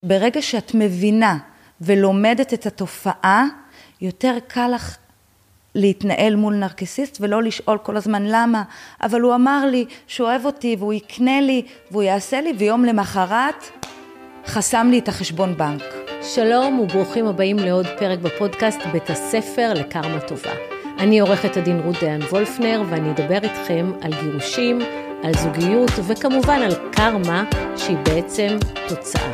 ברגע שאת מבינה ולומדת את התופעה, יותר קל לך להתנהל מול נרקסיסט ולא לשאול כל הזמן למה, אבל הוא אמר לי שהוא אוהב אותי והוא יקנה לי והוא יעשה לי, ויום למחרת חסם לי את החשבון בנק. שלום וברוכים הבאים לעוד פרק בפודקאסט בית הספר לקרמה טובה. אני עורכת הדין רות דיין וולפנר ואני אדבר איתכם על גירושים, על זוגיות וכמובן על קרמה שהיא בעצם תוצאה.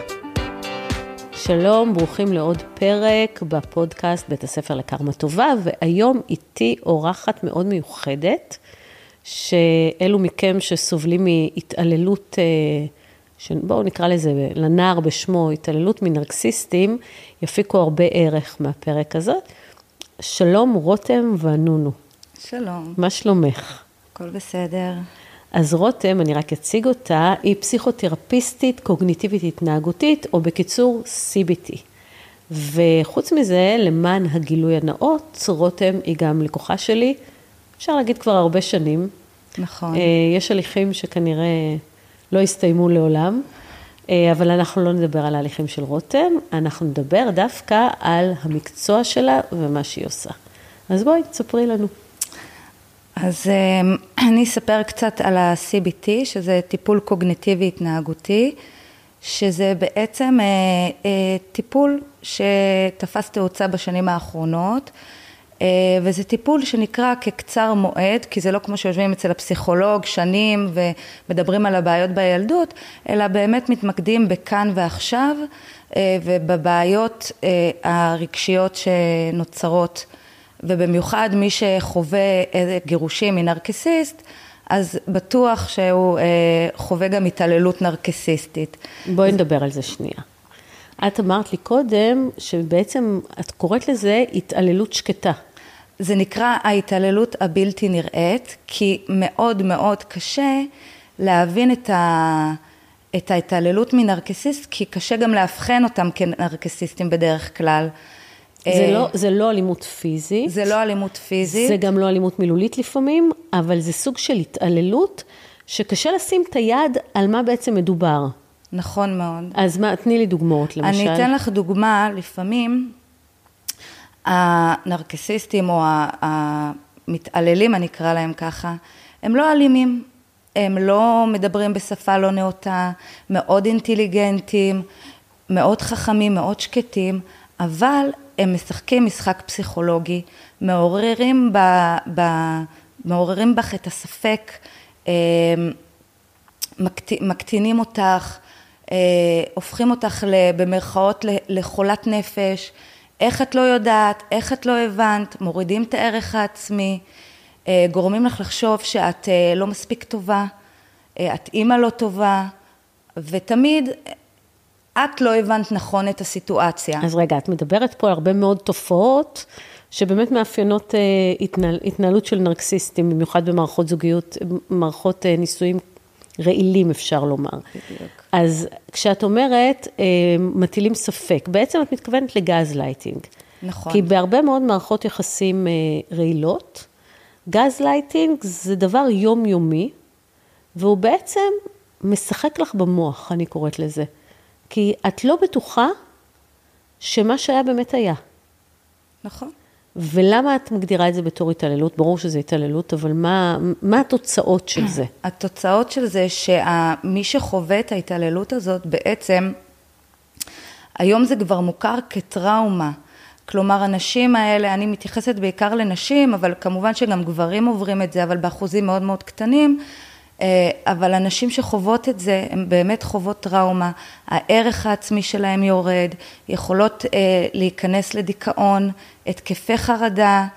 שלום, ברוכים לעוד פרק בפודקאסט בית הספר לקרמה טובה, והיום איתי אורחת מאוד מיוחדת, שאלו מכם שסובלים מהתעללות, בואו נקרא לזה לנער בשמו, התעללות מנרקסיסטים, יפיקו הרבה ערך מהפרק הזאת. שלום רותם ואנונו. שלום. מה שלומך? הכל בסדר. אז רותם, אני רק אציג אותה, היא פסיכותרפיסטית קוגניטיבית התנהגותית, או בקיצור CBT. וחוץ מזה, למען הגילוי הנאות, רותם היא גם לקוחה שלי, אפשר להגיד כבר הרבה שנים. נכון. יש הליכים שכנראה לא הסתיימו לעולם, אבל אנחנו לא נדבר על ההליכים של רותם, אנחנו נדבר דווקא על המקצוע שלה ומה שהיא עושה. אז בואי, תספרי לנו. אז אני אספר קצת על ה-CBT, שזה טיפול קוגניטיבי התנהגותי, שזה בעצם טיפול שתפס תאוצה בשנים האחרונות, וזה טיפול שנקרא כקצר מועד, כי זה לא כמו שיושבים אצל הפסיכולוג שנים ומדברים על הבעיות בילדות, אלא באמת מתמקדים בכאן ועכשיו, ובבעיות הרגשיות שנוצרות, ובמיוחד מי שחווה גירושים מנרקסיסט, אז בטוח שהוא חווה גם התעללות נרקסיסטית. בואי נדבר על זה שנייה. את אמרת לי קודם שבעצם את קוראת לזה התעללות שקטה. זה נקרא ההתעללות הבלתי נראית, כי מאוד מאוד קשה להבין את ההתעללות מנרקסיסט, כי קשה גם להבחן אותם כנרקסיסטים בדרך כלל. זה לא אלימות פיזית. זה לא אלימות פיזית. זה גם לא אלימות מילולית לפעמים, אבל זה סוג של התעללות, שקשה לשים את היד על מה בעצם מדובר. נכון מאוד. אז תני לי דוגמאות, למשל. אני אתן לך דוגמה, לפעמים הנרקסיסטים או המתעללים, אני אקרא להם ככה, הם לא אלימים, הם לא מדברים בשפה לא נאותה, מאוד אינטליגנטים, מאוד חכמים, מאוד שקטים, אבל הם משחקים משחק פסיכולוגי, מעוררים בך את הספק, מקטינים אותך, הופכים אותך במרכאות לחולת נפש, איך את לא יודעת, איך את לא הבנת, מורידים את הערך העצמי, גורמים לך לחשוב שאת לא מספיק טובה, את אימא לא טובה, ותמיד את לא הבנת נכון את הסיטואציה. אז רגע, את מדברת פה על הרבה מאוד תופעות, שבאמת מאפיינות התנהלות של נרקסיסטים, במיוחד במערכות זוגיות, מערכות נישואים רעילים אפשר לומר. בדיוק. אז כשאת אומרת, מטילים ספק, בעצם את מתכוונת לגז לייטינג. נכון. כי בהרבה מאוד מערכות יחסים רעילות, גז לייטינג זה דבר יומיומי, והוא בעצם משחק לך במוח, אני קוראת לזה. כי את לא בטוחה שמה שהיה באמת היה. נכון. ולמה את מגדירה את זה בתור התעללות? ברור שזה התעללות, אבל מה התוצאות של זה? התוצאות של זה שמי שחווה את ההתעללות הזאת בעצם, היום זה כבר מוכר כטראומה. כלומר, הנשים האלה, אני מתייחסת בעיקר לנשים, אבל כמובן שגם גברים עוברים את זה, אבל באחוזים מאוד מאוד קטנים, אבל אנשים שחוות את זה, הם באמת חוות טראומה, הערך העצמי שלהם יורד, יכולות להיכנס לדיכאון, התקפי חרדה,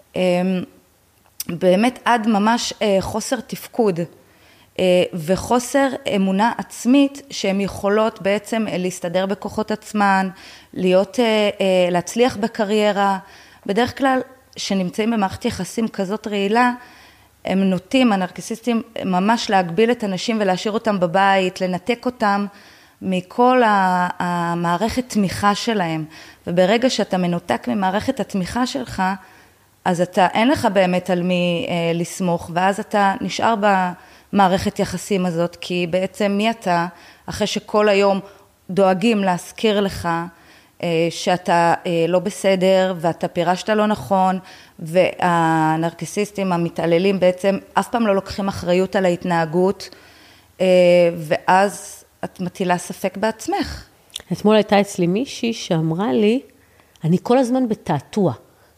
באמת עד ממש חוסר תפקוד, וחוסר אמונה עצמית, שהן יכולות בעצם להסתדר בכוחות עצמן, להצליח בקריירה, בדרך כלל שנמצאים במערכת יחסים כזאת רעילה, הם נוטים, הנרקסיסטים, ממש להגביל את הנשים ולהשאיר אותם בבית, לנתק אותם מכל המערכת תמיכה שלהם. וברגע שאתה מנותק ממערכת התמיכה שלך, אז אין לך באמת על מי לסמוך, ואז אתה נשאר במערכת יחסים הזאת, כי בעצם מי אתה, אחרי שכל היום דואגים להזכיר לך שאתה לא בסדר ואתה פירשת לא נכון, והנרקיסיסטים המתעללים בעצם אף פעם לא לוקחים אחריות על ההתנהגות, ואז את מטילה ספק בעצמך. אתמול הייתה אצלי מישהי שאמרה לי, אני כל הזמן בתעתוע,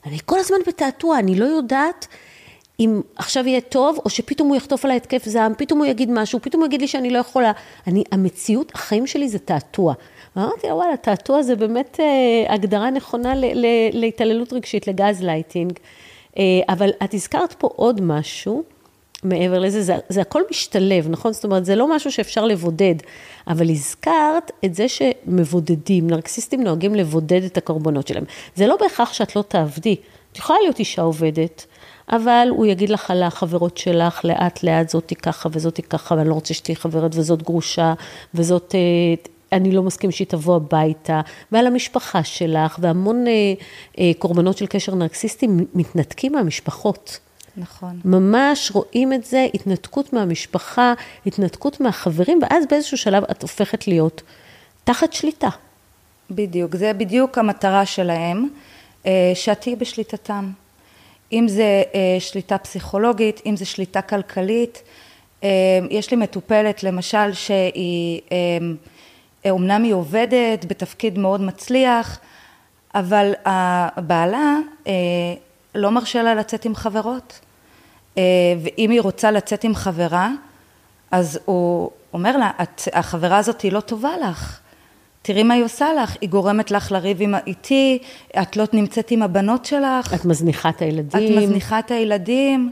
אני לא יודעת אם עכשיו יהיה טוב, או שפתאום הוא יחטוף על ההתקף זעם, פתאום הוא יגיד משהו, פתאום הוא יגיד לי שאני לא יכולה. המציאות, החיים שלי זה תעתוע. ואמרתי לה, וואלה, תעתוע זה באמת הגדרה נכונה להתעללות רגשית, לגז לייטינג. אבל את הזכרת פה עוד משהו, מעבר לזה, זה הכל משתלב, נכון? זאת אומרת, זה לא משהו שאפשר לבודד, אבל הזכרת את זה שמבודדים, נרקסיסטים נוהגים לבודד את הקורבנות שלהם. זה לא בהכרח שאת לא תעבדי, את יכולה להיות אישה עובדת, אבל הוא יגיד לך על החברות שלך, לאט לאט זאתי ככה וזאתי ככה, ואני לא רוצה שתהי חברת וזאת גרושה, וזאת, אני לא מסכים שהיא תבוא הביתה, ועל המשפחה שלך, והמון קורבנות של קשר נרקסיסטי מתנתקים מהמשפחות. נכון. ממש רואים את זה, התנתקות מהמשפחה, התנתקות מהחברים, ואז באיזשהו שלב את הופכת להיות תחת שליטה. בדיוק, זה בדיוק המטרה שלהם, שאת תהיי בשליטתם. אם זה שליטה פסיכולוגית, אם זה שליטה כלכלית, יש לי מטופלת למשל שהיא, אומנם היא עובדת בתפקיד מאוד מצליח, אבל הבעלה לא מרשה לה לצאת עם חברות, ואם היא רוצה לצאת עם חברה, אז הוא אומר לה, החברה הזאת היא לא טובה לך, תראי מה היא עושה לך, היא גורמת לך לריב איתי, את לא נמצאת עם הבנות שלך. את מזניחה את הילדים.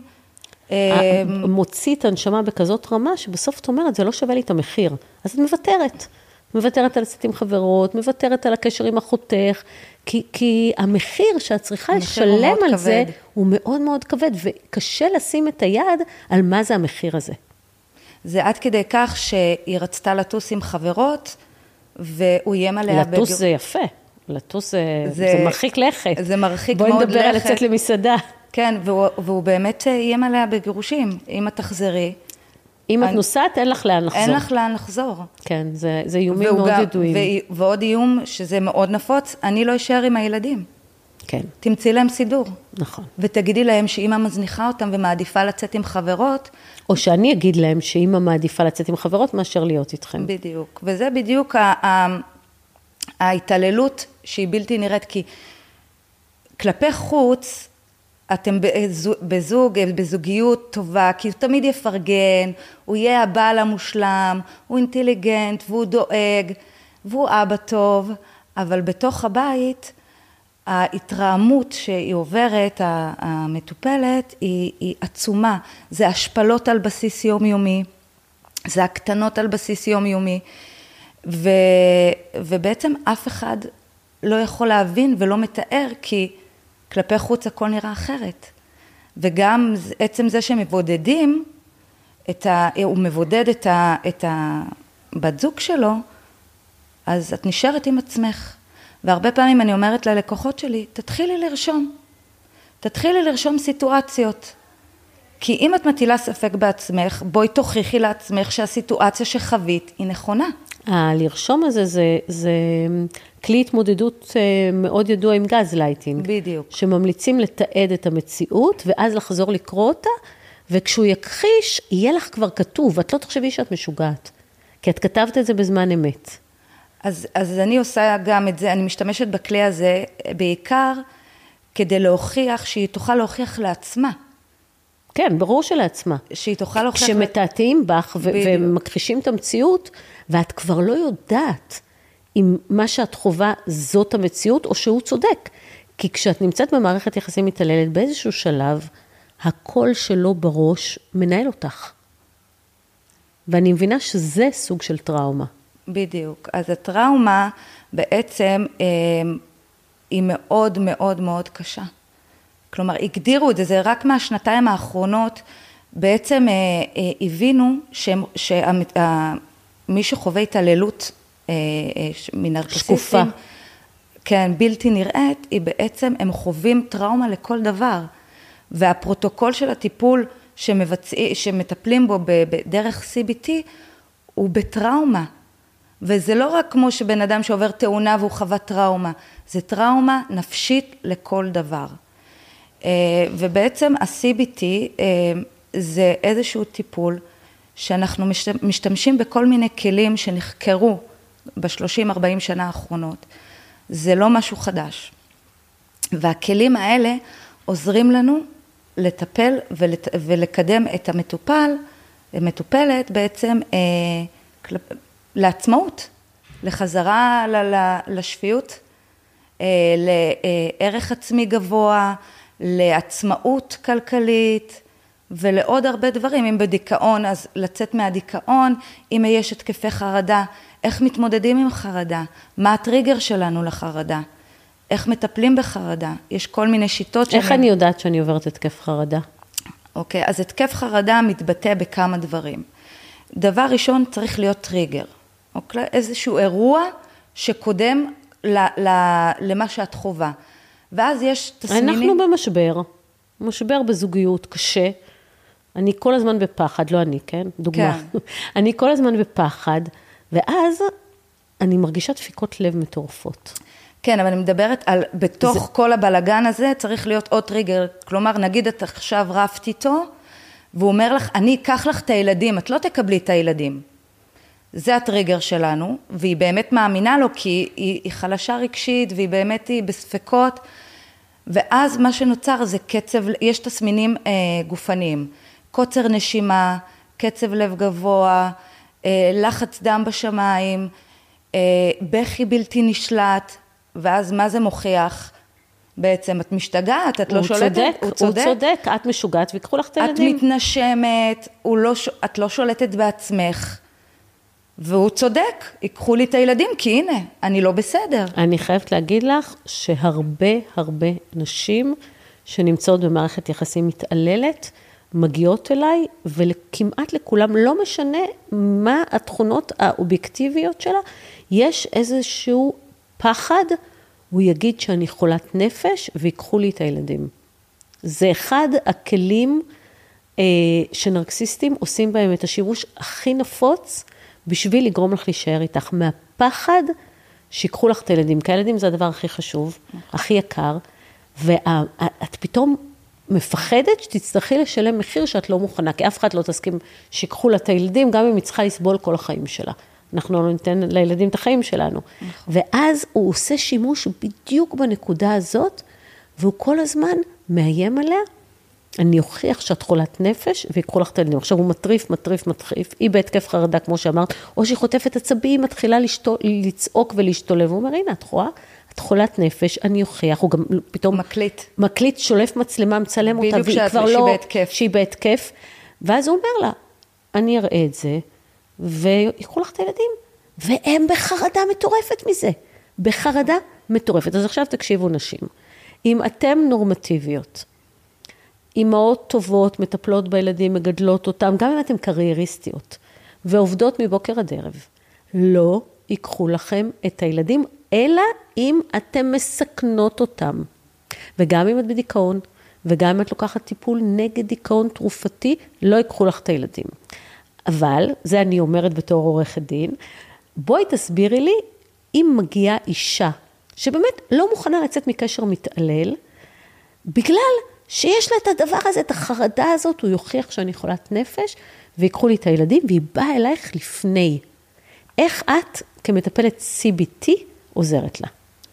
מוציא את הנשמה בכזאת רמה, שבסוף את אומרת, זה לא שווה לי את המחיר. אז את מוותרת על לצאת עם חברות, מוותרת על הקשר עם אחותך, כי המחיר שאת צריכה לשלם על זה, הוא מאוד מאוד כבד, וקשה לשים את היד על מה זה המחיר הזה. זה עד כדי כך שהיא רצתה לטוס עם חברות, והוא איים עליה... לטוס זה יפה, לטוס זה מרחיק לכת. זה מרחיק מאוד לכת. בואי נדבר על לצאת למסעדה. כן, והוא באמת איים עליה בגירושים. אם את תחזרי... אם את נוסעת, אין לך לאן לחזור. אין לך לאן לחזור. כן, זה איומים מאוד ידועים. ועוד איום שזה מאוד נפוץ, אני לא אשאר עם הילדים. כן. תמצאי להם סידור. נכון. ותגידי להם שאמא מזניחה אותם ומעדיפה לצאת עם חברות. או שאני אגיד להם שאמא מעדיפה לצאת עם חברות מאשר להיות איתכם. בדיוק. וזה בדיוק ההתעללות שהיא בלתי נראית, כי כלפי חוץ, אתם בזוגיות טובה, כי הוא תמיד יפרגן, הוא יהיה הבעל המושלם, הוא אינטליגנט, והוא דואג, והוא אבא טוב, אבל בתוך הבית, ההתרעמות שהיא עוברת, המטופלת, היא עצומה. זה השפלות על בסיס יומיומי, זה הקטנות על בסיס יומיומי, ובעצם אף אחד לא יכול להבין ולא מתאר, כי כלפי חוץ הכל נראה אחרת. וגם עצם זה שמבודדים, הוא מבודד את הבת זוג שלו, אז את נשארת עם עצמך. והרבה פעמים אני אומרת ללקוחות שלי, תתחילי לרשום סיטואציות. כי אם את מטילה ספק בעצמך, בואי תוכיחי לעצמך שהסיטואציה שחווית היא נכונה. לרשום הזה זה כלי התמודדות מאוד ידוע עם גז לייטינג. בדיוק. שממליצים לתעד את המציאות, ואז לחזור לקרוא אותה, וכשהוא יכחיש, יהיה לך כבר כתוב, את לא תחשבי שאת משוגעת, כי את כתבת את זה בזמן אמת. אז אני עושה גם את זה, אני משתמשת בכלי הזה, בעיקר כדי להוכיח, שהיא תוכל להוכיח לעצמה. כן, ברור שלעצמה. שהיא תוכל להוכיח... כשמתעתעים בך ומכחישים את המציאות, ואת כבר לא יודעת אם מה שאת חובה זאת המציאות, או שהוא צודק. כי כשאת נמצאת במערכת יחסים מתעללת, באיזשהו שלב, הקול שלו בראש מנהל אותך. ואני מבינה שזה סוג של טראומה. בדיוק. אז הטראומה בעצם היא מאוד מאוד מאוד קשה. כלומר, הגדירו את זה, זה רק מהשנתיים האחרונות, בעצם הבינו שמי שחווה התעללות מנרקסיסטים, שקופה. כן, בלתי נראית, היא בעצם, הם חווים טראומה לכל דבר. והפרוטוקול של הטיפול שמטפלים בו בדרך CBT, הוא בטראומה. וזה לא רק כמו שבן אדם שעובר תאונה והוא חווה טראומה, זה טראומה נפשית לכל דבר. ובעצם ה-CBT זה איזשהו טיפול שאנחנו משתמשים בכל מיני כלים שנחקרו ב-30-40 שנה האחרונות. זה לא משהו חדש. והכלים האלה עוזרים לנו לטפל ולקדם את המטופלת בעצם לעצמאות, לחזרה לשפיות, לערך עצמי גבוה, לעצמאות כלכלית ולעוד הרבה דברים. אם בדיכאון, אז לצאת מהדיכאון, אם יש התקפי חרדה, איך מתמודדים עם חרדה, מה הטריגר שלנו לחרדה, איך מטפלים בחרדה, יש כל מיני שיטות. איך אני יודעת שאני עוברת התקף חרדה? אוקיי, אז התקף חרדה מתבטא בכמה דברים. דבר ראשון צריך להיות טריגר, אוקיי? איזשהו אירוע שקודם למה שאת חובה. ואז יש תסמינים. אנחנו משבר בזוגיות קשה. אני כל הזמן בפחד, לא אני, כן? דוגמה. כן. אני כל הזמן בפחד, ואז אני מרגישה דפיקות לב מטורפות. כן, אבל אני מדברת על, בתוך כל הבלגן הזה, צריך להיות עוד טריגר. כלומר, נגיד את עכשיו רבת איתו, והוא אומר לך, אני אקח לך את הילדים, את לא תקבלי את הילדים. זה הטריגר שלנו, והיא באמת מאמינה לו, כי היא חלשה רגשית, והיא באמת היא בספקות, ואז מה שנוצר זה קצב, יש תסמינים גופניים, קוצר נשימה, קצב לב גבוה, לחץ דם בשמיים, בכי בלתי נשלט, ואז מה זה מוכיח? בעצם את משתגעת, את לא שולטת, הוא צודק, את משוגעת ויקחו לך את הילדים. את מתנשמת, את לא שולטת בעצמך, והוא צודק, ייקחו לי את הילדים, כי הנה, אני לא בסדר. אני חייבת להגיד לך שהרבה נשים שנמצאות במערכת יחסים מתעללת, מגיעות אליי, וכמעט לכולם לא משנה מה התכונות האובייקטיביות שלה, יש איזשהו פחד, הוא יגיד שאני חולת נפש, ויקחו לי את הילדים. זה אחד הכלים שנרקסיסטים עושים בהם את השימוש הכי נפוץ, בשביל לגרום לך להישאר איתך, מהפחד שיקחו לך את הילדים, כי הילדים זה הדבר הכי חשוב, הכי יקר, ואת פתאום מפחדת שתצטרכי לשלם מחיר שאת לא מוכנה, כי אף אחד לא תסכים שיקחו לה את הילדים, גם אם היא צריכה לסבול כל החיים שלה. אנחנו לא ניתן לילדים את החיים שלנו. ואז הוא עושה שימוש בדיוק בנקודה הזאת, והוא כל הזמן מאיים עליה, אני אוכיח שאת חולת נפש, ויקחו לך את הילדים. עכשיו הוא מטריף, היא בהתקף חרדה, כמו שאמרת, או שהיא חוטפת עצבים, מתחילה לצעוק ולהשתולב, הוא אומר, הנה, את רואה? את חולת נפש, אני אוכיח, הוא גם פתאום מקליט, שולף מצלמה, מצלם אותה, והיא כבר לא, שהיא בהתקף, ואז הוא אומר לה, אני אראה את זה, ויקחו לך את הילדים, והם בחרדה מטורפת מזה, בחרדה מטורפת. אז עכשיו תקשיבו נשים, אם אתם נורמטיביות, אמהות טובות, מטפלות בילדים, מגדלות אותם, גם אם אתם קרייריסטיות, ועובדות מבוקר עד ערב, לא ייקחו לכם את הילדים, אלא אם אתם מסכנות אותם. וגם אם את בדיכאון, וגם אם את לוקחת טיפול נגד דיכאון תרופתי, לא ייקחו לך את הילדים. אבל, זה אני אומרת בתור עורכת דין, בואי תסבירי לי, אם מגיעה אישה, שבאמת לא מוכנה לצאת מקשר מתעלל, בגלל שיש לה את הדבר הזה, את החרדה הזאת, הוא יוכיח שאני חולת נפש, ויקחו לי את הילדים, והיא באה אלייך לפני. איך את, כמטפלת CBT, עוזרת לה?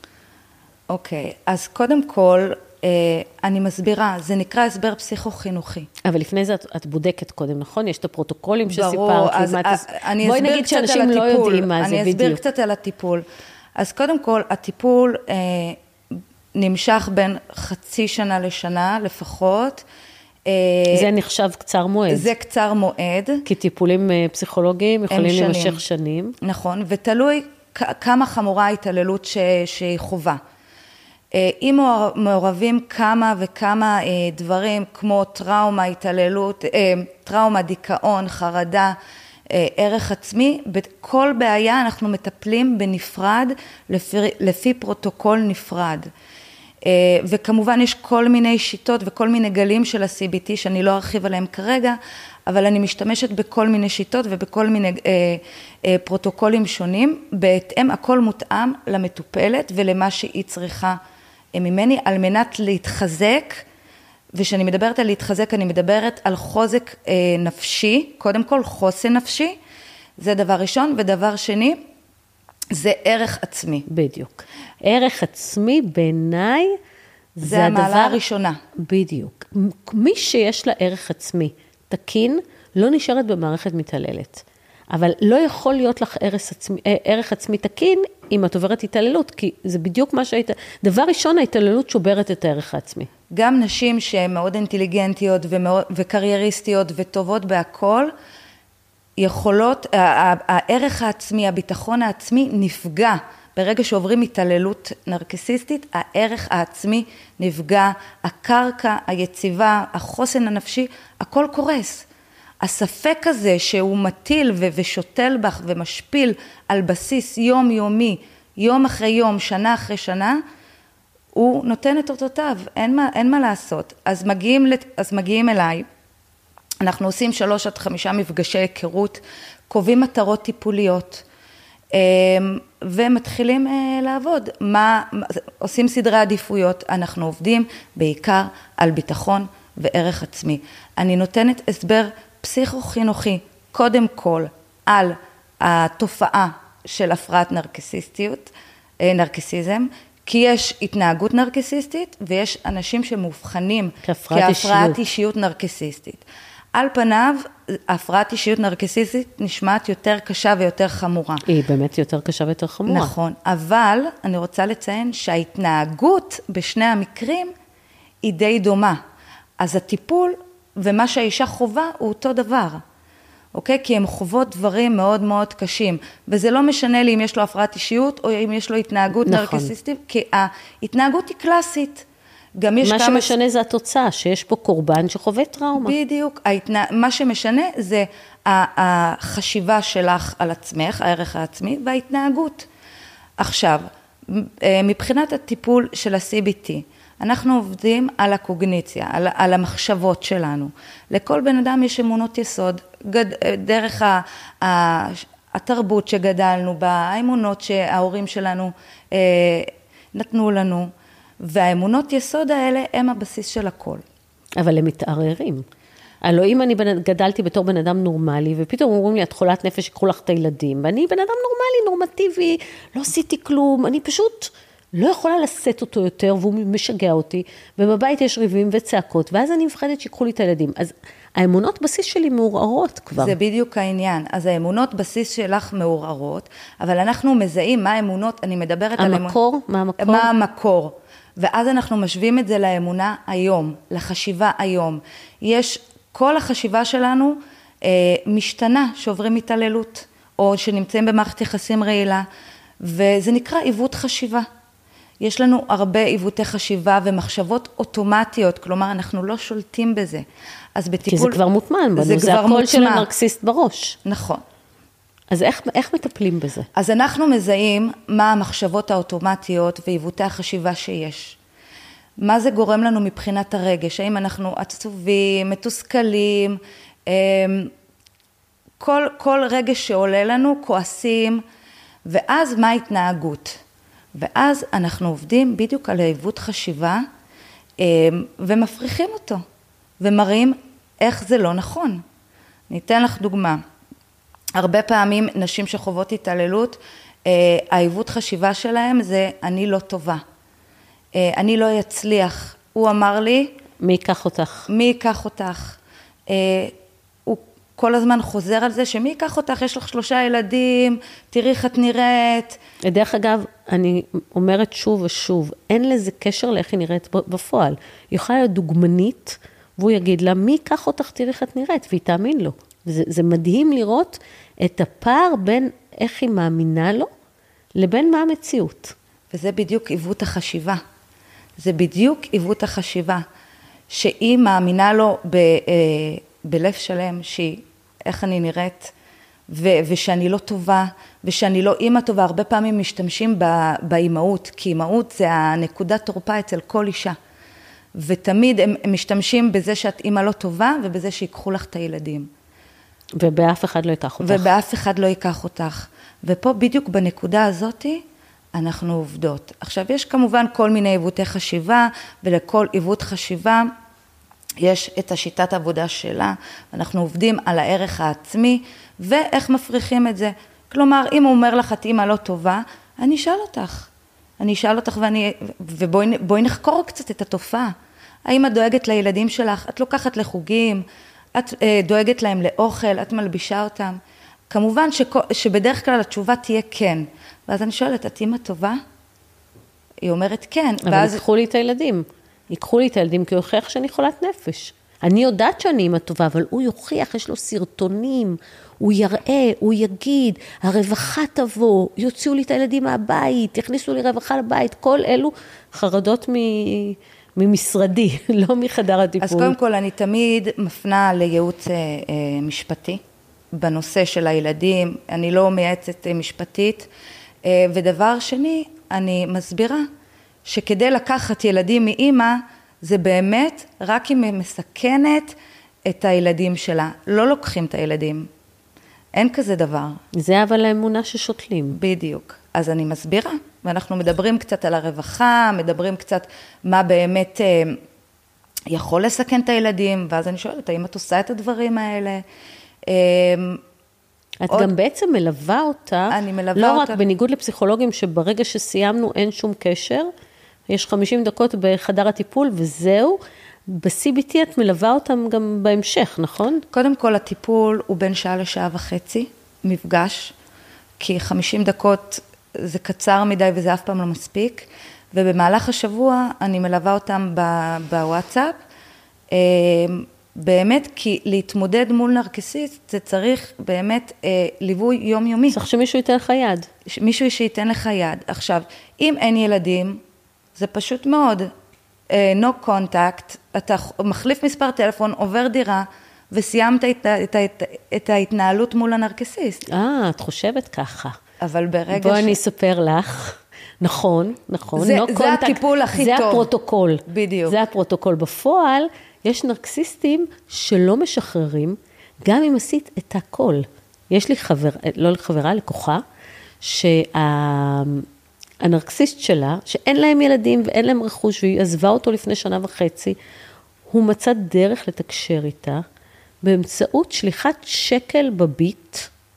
אוקיי, אז קודם כל, אני מסבירה, זה נקרא הסבר פסיכו-חינוכי. אבל לפני זה את בודקת קודם, נכון? יש את הפרוטוקולים שסיפרת. בואי נגיד שאנשים לא יודעים מה זה בדיוק. אני אסביר קצת על הטיפול. אז קודם כל, הטיפול נמשך בין חצי שנה לשנה לפחות. זה נחשב קצר מועד. זה קצר מועד. כי טיפולים פסיכולוגיים יכולים להימשך שנים. נכון, ותלוי כמה חמורה ההתעללות שהיא חובה. אם מעורבים כמה וכמה דברים כמו טראומה, התעללות, טראומה, דיכאון, חרדה, ערך עצמי, בכל בעיה אנחנו מטפלים בנפרד לפי פרוטוקול נפרד. וכמובן יש כל מיני שיטות וכל מיני גלים של ה-CBT שאני לא ארחיב עליהם כרגע, אבל אני משתמשת בכל מיני שיטות ובכל מיני פרוטוקולים שונים, בהתאם הכל מותאם למטופלת ולמה שהיא צריכה ממני, על מנת להתחזק, ושאני מדברת על להתחזק, אני מדברת על חוזק נפשי, קודם כל חוסן נפשי, זה דבר ראשון, ודבר שני, זה ערך עצמי. בדיוק. ערך עצמי בעיניי, זה המעלה הראשונה. בדיוק. מי שיש לה ערך עצמי תקין, לא נשארת במערכת מתעללת. אבל לא יכול להיות לך ערך עצמי תקין, אם את עוברת התעללות, כי זה בדיוק מה שהיית... דבר ראשון, ההתעללות שוברת את הערך העצמי. גם נשים שהן מאוד אינטליגנטיות וקרייריסטיות וטובות בהכל, יכולות, הערך העצמי, הביטחון העצמי נפגע. ברגע שעוברים התעללות נרקסיסטית, הערך העצמי נפגע, הקרקע, היציבה, החוסן הנפשי, הכל קורס. הספק הזה שהוא מטיל ושותל בך ומשפיל על בסיס יומיומי, יום אחרי יום, שנה אחרי שנה, הוא נותן את אותותיו, אין מה לעשות. אז מגיעים אליי, אנחנו עושים 3-5 מפגשי היכרות, קובעים מטרות טיפוליות, ומתחילים לעבוד. עושים סדרי עדיפויות, אנחנו עובדים בעיקר על ביטחון וערך עצמי. אני נותנת הסבר פסיכו-חינוכי, קודם כל, על התופעה של הפרעת נרקסיזם, כי יש התנהגות נרקסיסטית, ויש אנשים שמאובחנים כהפרעת אישיות נרקסיסטית. על פניו, הפרעת אישיות נרקסיסטית נשמעת יותר קשה ויותר חמורה. היא באמת יותר קשה ויותר חמורה. נכון, אבל אני רוצה לציין שההתנהגות בשני המקרים היא די דומה. אז הטיפול ומה שהאישה חובה הוא אותו דבר. אוקיי? כי הן חוות דברים מאוד מאוד קשים. וזה לא משנה לי אם יש לו הפרעת אישיות או אם יש לו התנהגות נרקסיסטית, כי ההתנהגות היא קלאסית. מה שמשנה זה התוצאה, שיש פה קורבן שחווה טראומה. בדיוק, מה שמשנה זה החשיבה שלך על עצמך, הערך העצמי, וההתנהגות. עכשיו, מבחינת הטיפול של ה-CBT, אנחנו עובדים על הקוגניציה, על המחשבות שלנו. לכל בן אדם יש אמונות יסוד, דרך התרבות שגדלנו בה, האמונות שההורים שלנו נתנו לנו, והאמונות יסוד האלה הם הבסיס של הכל. אבל הם מתערערים. הלוא אם אני גדלתי בתור בן אדם נורמלי, ופתאום אומרים לי, את חולת נפש, יקחו לך את הילדים, ואני בן אדם נורמלי, נורמטיבי, לא עשיתי כלום, אני פשוט לא יכולה לשאת אותו יותר, והוא משגע אותי, ובבית יש ריבים וצעקות, ואז אני מפחדת שיקחו לי את הילדים. אז האמונות בסיס שלי מעורערות כבר. זה בדיוק העניין. אז האמונות בסיס שלך מעורערות, אבל אנחנו מזהים מה האמונות, אני מדברת על המקור? מה המקור? מה המקור? ואז אנחנו משווים את זה לאמונה היום, לחשיבה היום. כל החשיבה שלנו משתנה שעוברים התעללות, או שנמצאים במערכת יחסים רעילה, וזה נקרא עיוות חשיבה. יש לנו הרבה עיוותי חשיבה ומחשבות אוטומטיות, כלומר אנחנו לא שולטים בזה. אז בטיפול... כי זה כבר מוטמן בנו, זה הכל של הנרקסיסט בראש. נכון. אז איך מטפלים בזה? אז אנחנו מזהים מה המחשבות האוטומטיות ועיוותי החשיבה שיש. מה זה גורם לנו מבחינת הרגש? האם אנחנו עצובים, מתוסכלים, כל רגש שעולה לנו, כועסים, ואז מה ההתנהגות? ואז אנחנו עובדים בדיוק על העיוות חשיבה, ומפריחים אותו, ומראים איך זה לא נכון. ניתן לך דוגמה. הרבה פעמים נשים שחוות התעללות, העיוות חשיבה שלהם זה אני לא טובה. אני לא אצליח. הוא אמר לי... מי ייקח אותך? מי ייקח אותך? הוא כל הזמן חוזר על זה, שמי ייקח אותך? יש לך 3 ילדים, תראי איך את נראית. דרך אגב, אני אומרת שוב ושוב, אין לזה קשר לאיך היא נראית בפועל. היא יכולה להיות דוגמנית, והוא יגיד לה, מי ייקח אותך? תראי איך את נראית, והיא תאמין לו. זה מדהים לראות את הפער בין איך היא מאמינה לו, לבין מה המציאות. וזה בדיוק עיוות החשיבה. זה בדיוק עיוות החשיבה, שהיא מאמינה לו בלב שלם, איך אני נראית, ושאני לא טובה, ושאני לא אימא טובה. הרבה פעמים משתמשים באימהות, כי אימהות זה הנקודת תורפה אצל כל אישה. ותמיד הם משתמשים בזה שאת אימא לא טובה, ובזה שיקחו לך את הילדים. ובאף אחד לא ייקח אותך. ובאף אחד לא ייקח אותך. ופה בדיוק בנקודה הזאת, אנחנו עובדות. עכשיו, יש כמובן כל מיני עיוותי חשיבה, ולכל עיוות חשיבה, יש את השיטת עבודה שלה, אנחנו עובדים על הערך העצמי, ואיך מפריחים את זה. כלומר, אם הוא אומר לך, את אימא לא טובה, אני אשאל אותך ובואי נחקור קצת את התופעה. האם את דואגת לילדים שלך, את לוקחת לחוגים, את דואגת להם לאוכל, את מלבישה אותם. כמובן שבדרך כלל התשובה תהיה כן. ואז אני שואלת, את אימא טובה? היא אומרת כן. אבל ואז... ייקחו לי את הילדים כי הוא יוכיח שאני חולת נפש. אני יודעת שאני אימא טובה, אבל הוא יוכיח, יש לו סרטונים, הוא יראה, הוא יגיד, הרווחה תבוא, יוציאו לי את הילדים מהבית, יכניסו לי רווחה לבית, כל אלו חרדות ממשרדי, לא מחדר הטיפול. אז קודם כל אני תמיד מפנה לייעוץ משפטי, בנושא של הילדים, אני לא מייעצת משפטית, ודבר שני, אני מסבירה שכדי לקחת ילדים מאמא, זה באמת רק אם היא מסכנת את הילדים שלה. לא לוקחים את הילדים. אין כזה דבר. זה אבל האמונה ששותלים. בדיוק. אז אני מסבירה, ואנחנו מדברים קצת על הרווחה, מדברים קצת מה באמת יכול לסכן את הילדים, ואז אני שואלת, האם את עושה את הדברים האלה? את גם בעצם מלווה אותה, אני מלווה לא אותה. רק בניגוד לפסיכולוגים שברגע שסיימנו אין שום קשר, יש 50 דקות בחדר הטיפול וזהו, ב-CBT את מלווה אותם גם בהמשך, נכון? קודם כל הטיפול הוא בין שעה לשעה וחצי, מפגש, כי 50 דקות זה קצר מדי וזה אף פעם לא מספיק, ובמהלך השבוע אני מלווה אותם בוואטסאפ, באמת כי להתמודד מול נרקיסיסט זה צריך באמת ליווי יומיומי. צריך שמישהו ייתן לך יד. מישהו שייתן לך יד. עכשיו, אם אין ילדים, זה פשוט מאוד, no contact, אתה מחליף מספר טלפון, עובר דירה, וסיימת את ההתנהלות מול הנרקיסיסט. את חושבת ככה. אבל ברגע בואי אני אספר לך. נכון. זה הטיפול הכי טוב. זה הפרוטוקול. בדיוק. זה הפרוטוקול. בפועל, יש נרקסיסטים שלא משחררים, גם אם עשית את הכל. יש לי חברה, לקוחה, שהנרקסיסט שלה, שאין להם ילדים ואין להם רכוש, והיא עזבה אותו לפני 1.5 שנה, הוא מצא דרך לתקשר איתה, באמצעות שליחת שקל בביט,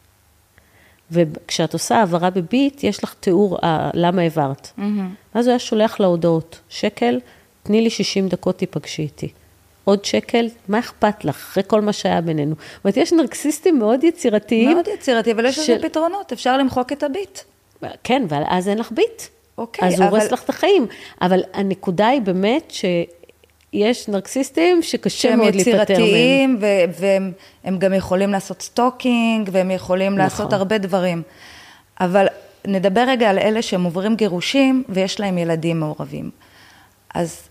וכשאת עושה העברה בביט, יש לך תיאור למה העברת. אז הוא היה שולח לה הודעות, שקל, תני לי 60 דקות, תיפגשי איתי. עוד שקל, מה אכפת לך, אחרי כל מה שהיה בינינו? זאת אומרת, יש נרקסיסטים מאוד יצירתיים. מאוד יצירתי, אבל יש לזה פתרונות, אפשר למחוק את הביט. כן, ואז אין לך ביט. אוקיי, אז הוא הורס לך את החיים. אבל הנקודה היא באמת שיש נרקסיסטים שקשה מאוד להיפטר מהם. שהם יצירתיים, והם גם יכולים לעשות סטוקינג, והם יכולים לעשות הרבה דברים. אבל נדבר רגע על אלה שהם עוברים גירושים, ויש להם ילדים מעורבים. אז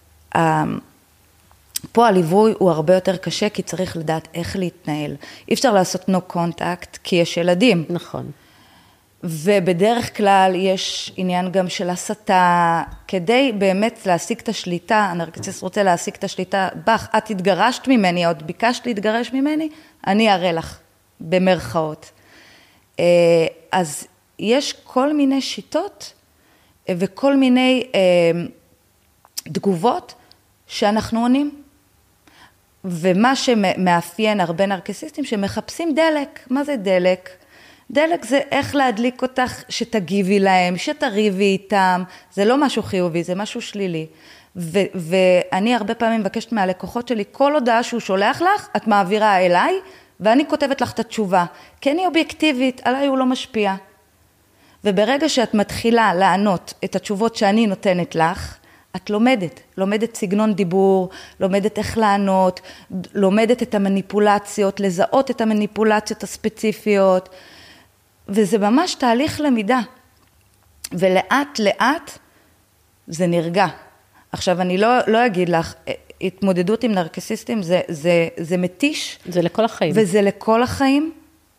פה הליווי הוא הרבה יותר קשה, כי צריך לדעת איך להתנהל. אי אפשר לעשות no contact, כי יש ילדים. נכון. ובדרך כלל יש עניין גם של הסתה, כדי באמת להשיג את השליטה, הנרקסיסט רוצה להשיג את השליטה, בך, את התגרשת ממני, עוד ביקשת להתגרש ממני, אני אראה לך, במרכאות. אז יש כל מיני שיטות, וכל מיני תגובות, שאנחנו עונים. ומה שמאפיין הרבה נרקסיסטים, שמחפשים דלק. מה זה דלק? דלק זה איך להדליק אותך, שתגיבי להם, שתריבי איתם. זה לא משהו חיובי, זה משהו שלילי. ואני הרבה פעמים מבקשת מהלקוחות שלי, כל הודעה שהוא שולח לך, את מעבירה אליי, ואני כותבת לך את התשובה. כי אני אובייקטיבית, עליי הוא לא משפיע. וברגע שאת מתחילה לענות את התשובות שאני נותנת לך, את לומדת סגנון דיבור, לומדת איך לענות, לומדת את המניפולציות, לזהות את המניפולציות הספציפיות, וזה ממש תהליך למידה, ולאט לאט זה נרגע. עכשיו אני לא אגיד לך, התמודדות עם נרקסיסטים זה מתיש. זה לכל החיים. וזה לכל החיים,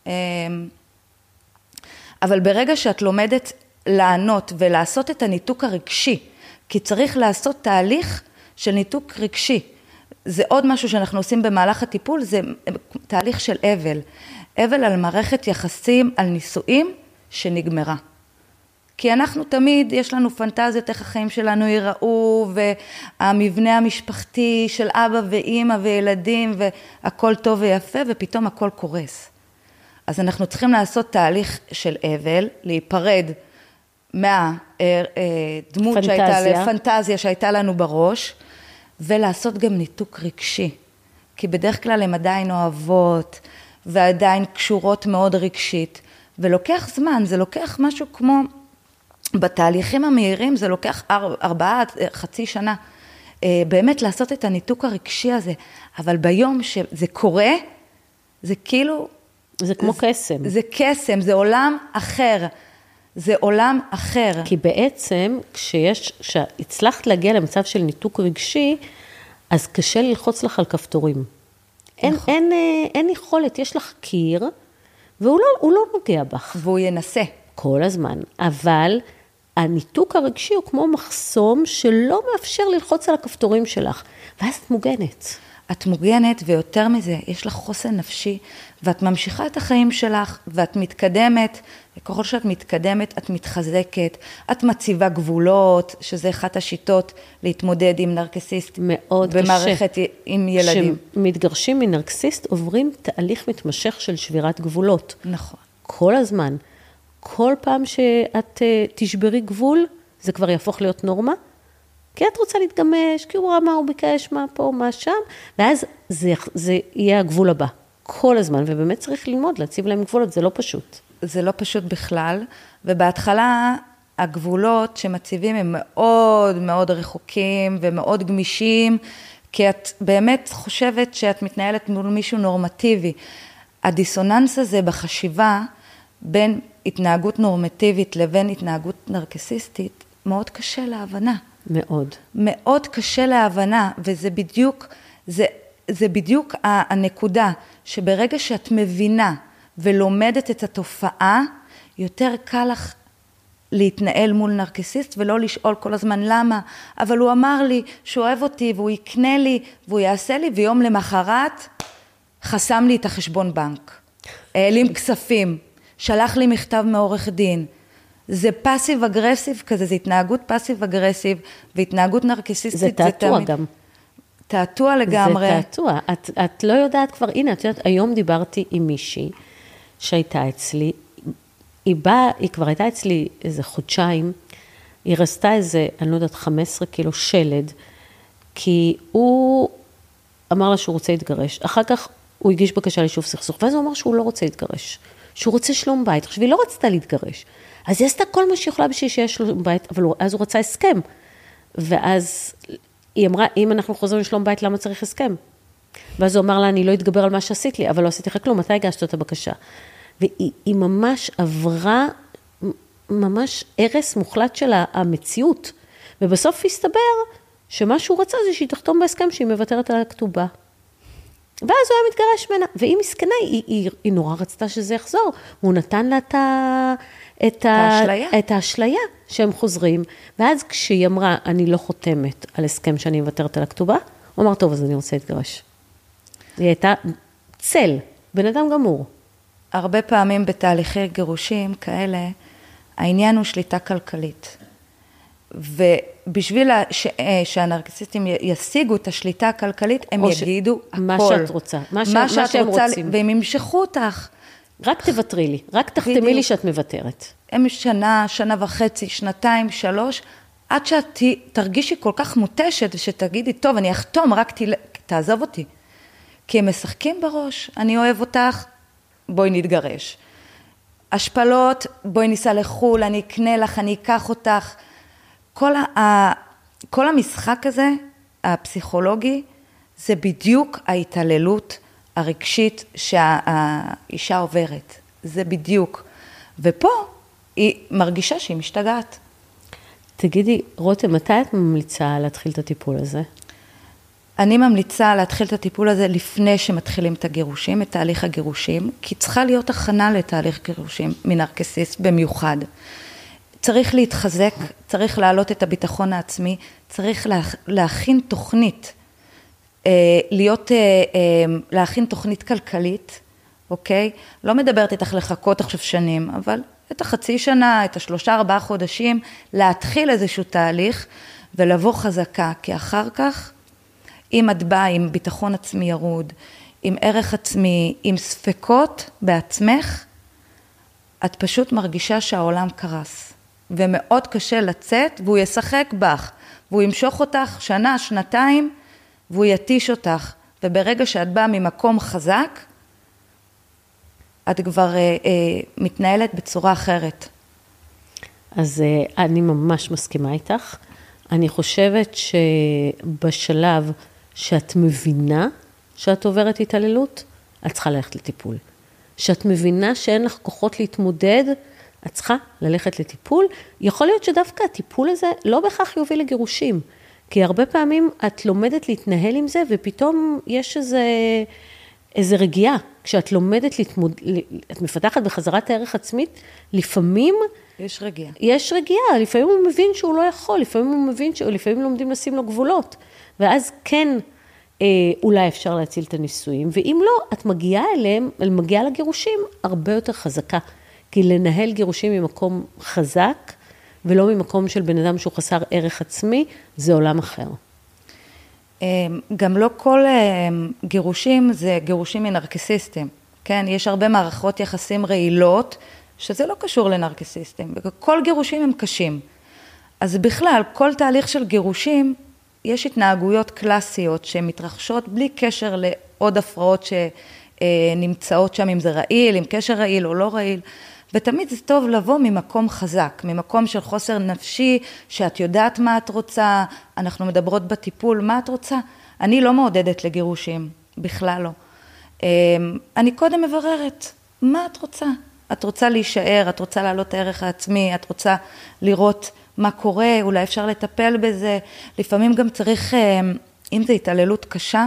אבל ברגע שאת לומדת לענות ולעשות את הניתוק הרגשי, כי צריך לעשות תהליך של ניתוק רגשי. זה עוד משהו שאנחנו עושים במהלך הטיפול, זה תהליך של אבל. אבל על מערכת יחסים, על נישואים שנגמרה. כי אנחנו תמיד, יש לנו פנטזיות איך החיים שלנו ייראו, והמבנה המשפחתי של אבא ואמא וילדים, והכל טוב ויפה, ופתאום הכל קורס. אז אנחנו צריכים לעשות תהליך של אבל, להיפרד מהדמות פנטזיה שהייתה לנו בראש, ולעשות גם ניתוק רגשי. כי בדרך כלל הן עדיין אוהבות, ועדיין קשורות מאוד רגשית, ולוקח זמן, זה לוקח משהו כמו, בתהליכים המהירים זה לוקח 4 חצי שנה, באמת לעשות את הניתוק הרגשי הזה, אבל ביום שזה קורה, זה כאילו... זה כמו קסם. זה קסם, זה עולם אחר, זה עולם אחר. כי בעצם, כשהצלחת להגיע למצב של ניתוק רגשי, אז קשה ללחוץ לך על כפתורים. אין יכולת, יש לך קיר, והוא לא נוגע בך. והוא ינסה. כל הזמן. אבל הניתוק הרגשי הוא כמו מחסום שלא מאפשר ללחוץ על הכפתורים שלך. ואז את מוגנת. את מוגנת, ויותר מזה, יש לך חוסן נפשי, ואת ממשיכה את החיים שלך, ואת מתקדמת, וככל שאת מתקדמת, את מתחזקת, את מציבה גבולות, שזה אחת השיטות להתמודד עם נרקסיסט. מאוד במערכת קשה. עם ילדים. כשמתגרשים מנרקסיסט, עוברים תהליך מתמשך של שבירת גבולות. נכון. כל הזמן. כל פעם שאת תשברי גבול, זה כבר יהפוך להיות נורמה, כי את רוצה להתגמש, כי הוא ראה מה הוא ביקש, מה פה, מה שם, ואז זה יהיה הגבול הבא, כל הזמן, ובאמת צריך ללמוד, להציב להם גבולות, זה לא פשוט. זה לא פשוט בכלל, ובהתחלה הגבולות שמציבים הם מאוד מאוד רחוקים ומאוד גמישים, כי את באמת חושבת שאת מתנהלת מול מישהו נורמטיבי. הדיסוננס הזה בחשיבה בין התנהגות נורמטיבית לבין התנהגות נרקסיסטית, מאוד קשה להבנה. מאוד. מאוד קשה להבנה, וזה בדיוק, זה בדיוק הנקודה, שברגע שאת מבינה ולומדת את התופעה, יותר קל לך להתנהל מול נרקסיסט, ולא לשאול כל הזמן למה, אבל הוא אמר לי שהוא אוהב אותי, והוא יקנה לי, והוא יעשה לי, ויום למחרת חסם לי את החשבון בנק. העלים כספים, שלח לי מכתב מעורך דין, זה פאסיב אגרסיב כזה, זה התנהגות פאסיב אגרסיב, והתנהגות נרקסיסטית. זה תעתוע גם. תעתוע לגמרי. זה תעתוע. את לא יודעת כבר, הנה, את יודעת, היום דיברתי עם מישהי שהייתה אצלי, היא כבר הייתה אצלי איזה חודשיים, היא רסתה איזה, אני לא יודעת, 15 קילו שלד, כי הוא אמר לה שהוא רוצה להתגרש. אחר כך הוא הגיש בקשה ליישוב סכסוך, ואז הוא אמר שהוא לא רוצה להתגרש, שהוא רוצה שלום בית. עכשיו, היא לא רצתה להתגרש. אז היא עשתה כל מה שיכולה בשביל שיש שלום בית, אבל אז הוא רצה הסכם. ואז היא אמרה, אם אנחנו חוזרים לשלום בית, למה צריך הסכם? ואז הוא אמר לה, אני לא אתגבר על מה שעשית לי, אבל לא עשיתי לך כלום, מתי הגשת את הבקשה? והיא ממש עברה, ממש הרס מוחלט של המציאות. ובסוף הסתבר שמה שהוא רצה זה שהיא תחתום בהסכם שהיא מוותרת על הכתובה. ואז הוא היה מתגרש ממנה, והיא מסכנה, היא נורא רצתה שזה יחזור. הוא נתן לה את האשליה שהם חוזרים, ואז כשהיא אמרה, אני לא חותמת על הסכם שאני מוותרת על הכתובה, הוא אמר, טוב, אז אני רוצה להתגרש. היא הייתה צל, בן אדם גמור. הרבה פעמים בתהליכי גירושים כאלה, העניין הוא שליטה כלכלית. ובשביל שהנרקסיסטים ישיגו את השליטה הכלכלית, הם יגידו הכל. מה שאת רוצה, מה שהם רוצים. והם ימשכו אותך. רק תוותרי לי, רק תחתמי לי שאת מוותרת. הם שנה וחצי, 2, 3, עד שאת תרגישי כל כך מוטשת, ושתגידי, טוב, אני אחתום, רק תעזוב אותי. כי הם משחקים בראש, אני אוהב אותך, בואי נתגרש. השפלות, בואי ניסע לחול, אני אקנה לך, אני אקח אותך. כל המשחק הזה, הפסיכולוגי, זה בדיוק ההתעללות הרגשית שהאישה עוברת. זה בדיוק. ופה היא מרגישה שהיא משתגעת. תגידי, רותם, מתי את ממליצה להתחיל את הטיפול הזה? אני ממליצה להתחיל את הטיפול הזה לפני שמתחילים את הגירושים, את תהליך הגירושים, כי צריכה להיות הכנה לתהליך גירושים מנרקסיסט במיוחד. צריך להתחזק, צריך להעלות את הביטחון העצמי, צריך להכין תוכנית, להכין תוכנית כלכלית, אוקיי? לא מדברת איתך לחכות עכשיו שנים, אבל את החצי שנה, את 3-4 חודשים, להתחיל איזשהו תהליך ולבוא חזקה, כי אחר כך, אם את באה עם ביטחון עצמי ירוד, עם ערך עצמי, עם ספקות בעצמך, את פשוט מרגישה שהעולם קרס, ומאוד קשה לצאת, והוא ישחק בך, והוא ימשוך אותך שנה, שנתיים, והוא יתיש אותך, וברגע שאת באה ממקום חזק, את כבר מתנהלת בצורה אחרת. אז אני ממש מסכימה איתך. אני חושבת שבשלב שאת מבינה שאת עוברת התעללות, את צריכה ללכת לטיפול. שאת מבינה שאין לך כוחות להתמודד, את צריכה ללכת לטיפול. יכול להיות שדווקא הטיפול הזה לא בהכרח יוביל לגירושים, כי הרבה פעמים את לומדת להתנהל עם זה, ופתאום יש איזה רגיעה. כשאת לומדת את מפתחת בחזרת הערך עצמית, לפעמים יש רגיעה. יש רגיעה, לפעמים הוא מבין שהוא לא יכול, לפעמים הוא מבין לפעמים לומדים לשים לו גבולות, ואז כן, אולי אפשר להציל את הניסויים, ואם לא, את מגיעה אליהם, מגיעה לגירושים הרבה יותר חזקה, כי לנהל גירושים ממקום חזק, ולא ממקום של בן אדם שהוא חסר ערך עצמי, זה עולם אחר. גם לא כל גירושים זה גירושים מנרקסיסטים, כן? יש הרבה מערכות יחסים רעילות, שזה לא קשור לנרקסיסטים, כל גירושים הם קשים. אז בכלל, כל תהליך של גירושים, יש התנהגויות קלאסיות שמתרחשות בלי קשר לעוד הפרעות שנמצאות שם, אם זה רעיל, אם קשר רעיל או לא רעיל, ותמיד זה טוב לבוא ממקום חזק, ממקום של חוסר נפשי, שאת יודעת מה את רוצה, אנחנו מדברות בטיפול, מה את רוצה? אני לא מעודדת לגירושים, בכלל לא. אני קודם מבררת, מה את רוצה? את רוצה להישאר, את רוצה להעלות את הערך העצמי, את רוצה לראות מה קורה, אולי אפשר לטפל בזה, לפעמים גם צריך, אם זה התעללות קשה,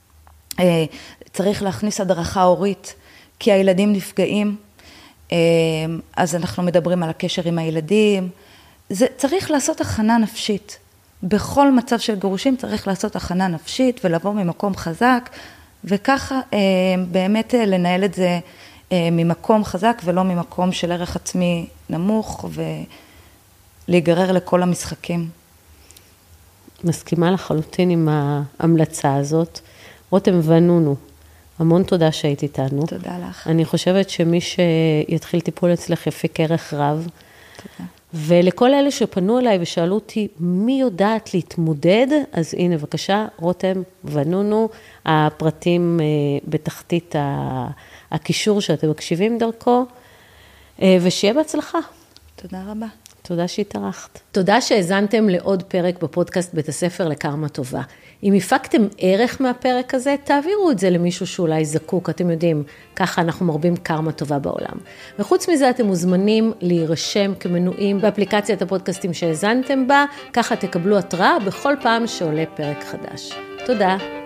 צריך להכניס הדרכה הורית, כי הילדים נפגעים, אז אנחנו מדברים על הקשר עם הילדים, צריך לעשות הכנה נפשית, בכל מצב של גירושים צריך לעשות הכנה נפשית ולבוא ממקום חזק, וככה באמת לנהל את זה ממקום חזק ולא ממקום של ערך עצמי נמוך ולהיגרר לכל המשחקים. מסכימה לחלוטין עם ההמלצה הזאת. רותם ונונו, המון תודה שהיית איתנו. תודה לך. אני חושבת שמי שיתחיל טיפול אצלך יפיק ערך רב. תודה. ולכל אלה שפנו אליי ושאלו אותי מי יודעת להתמודד, אז הנה בבקשה, רותם ונונו, הפרטים בתחתית הקישור שאתם מקשיבים דרכו, ושיהיה בהצלחה. תודה רבה. תודה שהתארחת. תודה שהזנתם לעוד פרק בפודקאסט בית הספר לקרמה טובה. אם הפקתם ערך מהפרק הזה, תעבירו את זה למישהו שאולי זקוק, אתם יודעים, ככה אנחנו מרבים קרמה טובה בעולם. וחוץ מזה אתם מוזמנים להירשם כמנויים באפליקציית הפודקאסטים שהזנתם בה, ככה תקבלו התראה בכל פעם שעולה פרק חדש. תודה.